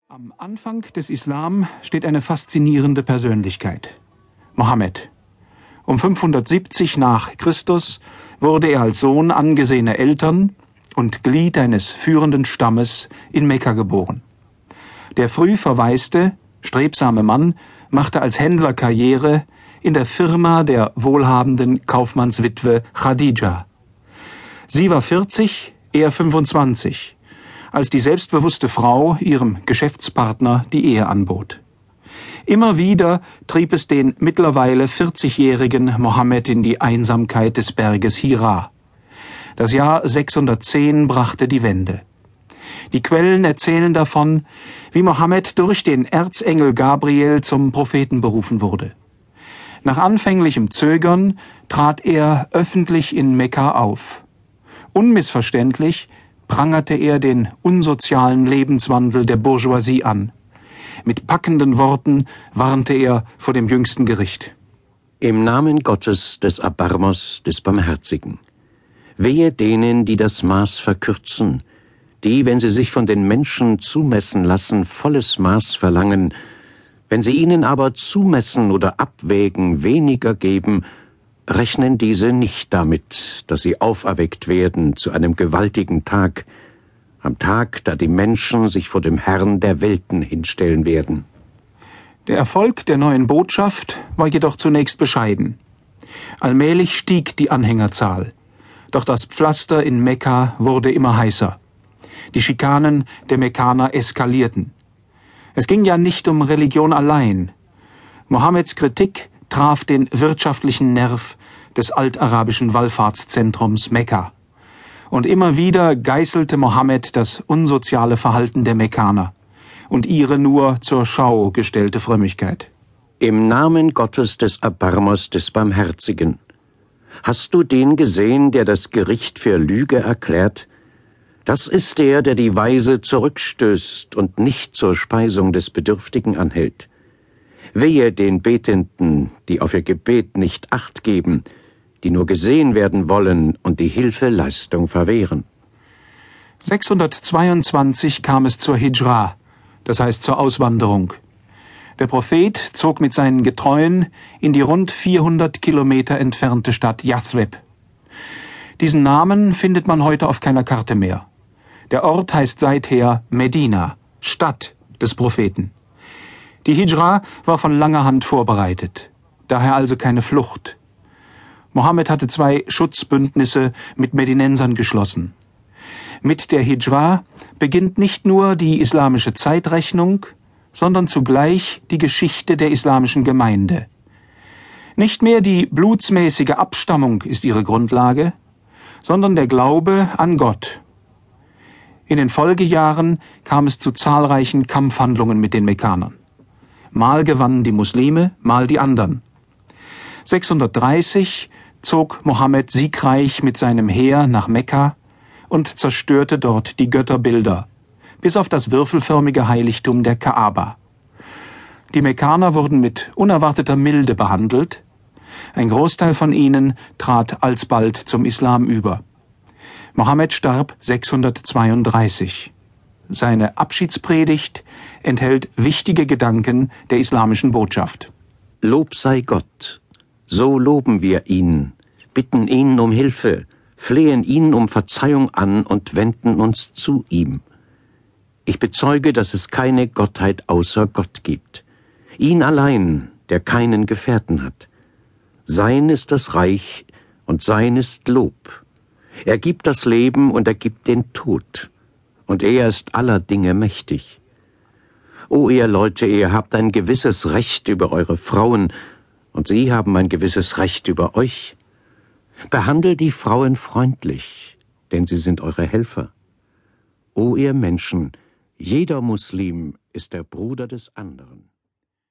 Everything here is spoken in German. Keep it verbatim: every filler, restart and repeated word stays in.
Am Anfang des Islam steht eine faszinierende Persönlichkeit: Mohammed. Um fünfhundertsiebzig nach Christus wurde er als Sohn angesehener Eltern und Glied eines führenden Stammes in Mekka geboren. Der früh verwaiste, strebsame Mann machte als Händler Karriere in der Firma der wohlhabenden Kaufmannswitwe Khadija. Sie war vierzig, er fünfundzwanzig, als die selbstbewusste Frau ihrem Geschäftspartner die Ehe anbot. Immer wieder trieb es den mittlerweile vierzigjährigen Mohammed in die Einsamkeit des Berges Hira. Das Jahr sechshundertzehn brachte die Wende. Die Quellen erzählen davon, wie Mohammed durch den Erzengel Gabriel zum Propheten berufen wurde. Nach anfänglichem Zögern trat er öffentlich in Mekka auf. Unmissverständlich prangerte er den unsozialen Lebenswandel der Bourgeoisie an. Mit packenden Worten warnte er vor dem jüngsten Gericht. Im Namen Gottes, des Erbarmers, des Barmherzigen. Wehe denen, die das Maß verkürzen, die, wenn sie sich von den Menschen zumessen lassen, volles Maß verlangen, wenn sie ihnen aber zumessen oder abwägen, weniger geben, rechnen diese nicht damit, dass sie auferweckt werden zu einem gewaltigen Tag, am Tag, da die Menschen sich vor dem Herrn der Welten hinstellen werden. Der Erfolg der neuen Botschaft war jedoch zunächst bescheiden. Allmählich stieg die Anhängerzahl, doch das Pflaster in Mekka wurde immer heißer. Die Schikanen der Mekkaner eskalierten. Es ging ja nicht um Religion allein. Mohammeds Kritik traf den wirtschaftlichen Nerv des altarabischen Wallfahrtszentrums Mekka. Und immer wieder geißelte Mohammed das unsoziale Verhalten der Mekkaner und ihre nur zur Schau gestellte Frömmigkeit. Im Namen Gottes, des Erbarmers, des Barmherzigen. Hast du den gesehen, der das Gericht für Lüge erklärt? Das ist der, der die Weise zurückstößt und nicht zur Speisung des Bedürftigen anhält. Wehe den Betenden, die auf ihr Gebet nicht Acht geben, die nur gesehen werden wollen und die Hilfeleistung verwehren. sechshundertzweiundzwanzig kam es zur Hijra, das heißt zur Auswanderung. Der Prophet zog mit seinen Getreuen in die rund vierhundert Kilometer entfernte Stadt Yathrib. Diesen Namen findet man heute auf keiner Karte mehr. Der Ort heißt seither Medina, Stadt des Propheten. Die Hijra war von langer Hand vorbereitet, daher also keine Flucht. Mohammed hatte zwei Schutzbündnisse mit Medinensern geschlossen. Mit der Hijra beginnt nicht nur die islamische Zeitrechnung, sondern zugleich die Geschichte der islamischen Gemeinde. Nicht mehr die blutsmäßige Abstammung ist ihre Grundlage, sondern der Glaube an Gott. In den Folgejahren kam es zu zahlreichen Kampfhandlungen mit den Mekkanern. Mal gewannen die Muslime, mal die anderen. sechshundertdreißig zog Mohammed siegreich mit seinem Heer nach Mekka und zerstörte dort die Götterbilder, bis auf das würfelförmige Heiligtum der Kaaba. Die Mekkaner wurden mit unerwarteter Milde behandelt. Ein Großteil von ihnen trat alsbald zum Islam über. Mohammed starb sechshundertzweiunddreißig. Seine Abschiedspredigt enthält wichtige Gedanken der islamischen Botschaft. Lob sei Gott. So loben wir ihn, bitten ihn um Hilfe, flehen ihn um Verzeihung an und wenden uns zu ihm. Ich bezeuge, dass es keine Gottheit außer Gott gibt. Ihn allein, der keinen Gefährten hat. Sein ist das Reich und sein ist Lob. Er gibt das Leben und er gibt den Tod. Und er ist aller Dinge mächtig. O ihr Leute, ihr habt ein gewisses Recht über eure Frauen, und sie haben ein gewisses Recht über euch. Behandelt die Frauen freundlich, denn sie sind eure Helfer. O ihr Menschen, jeder Muslim ist der Bruder des anderen.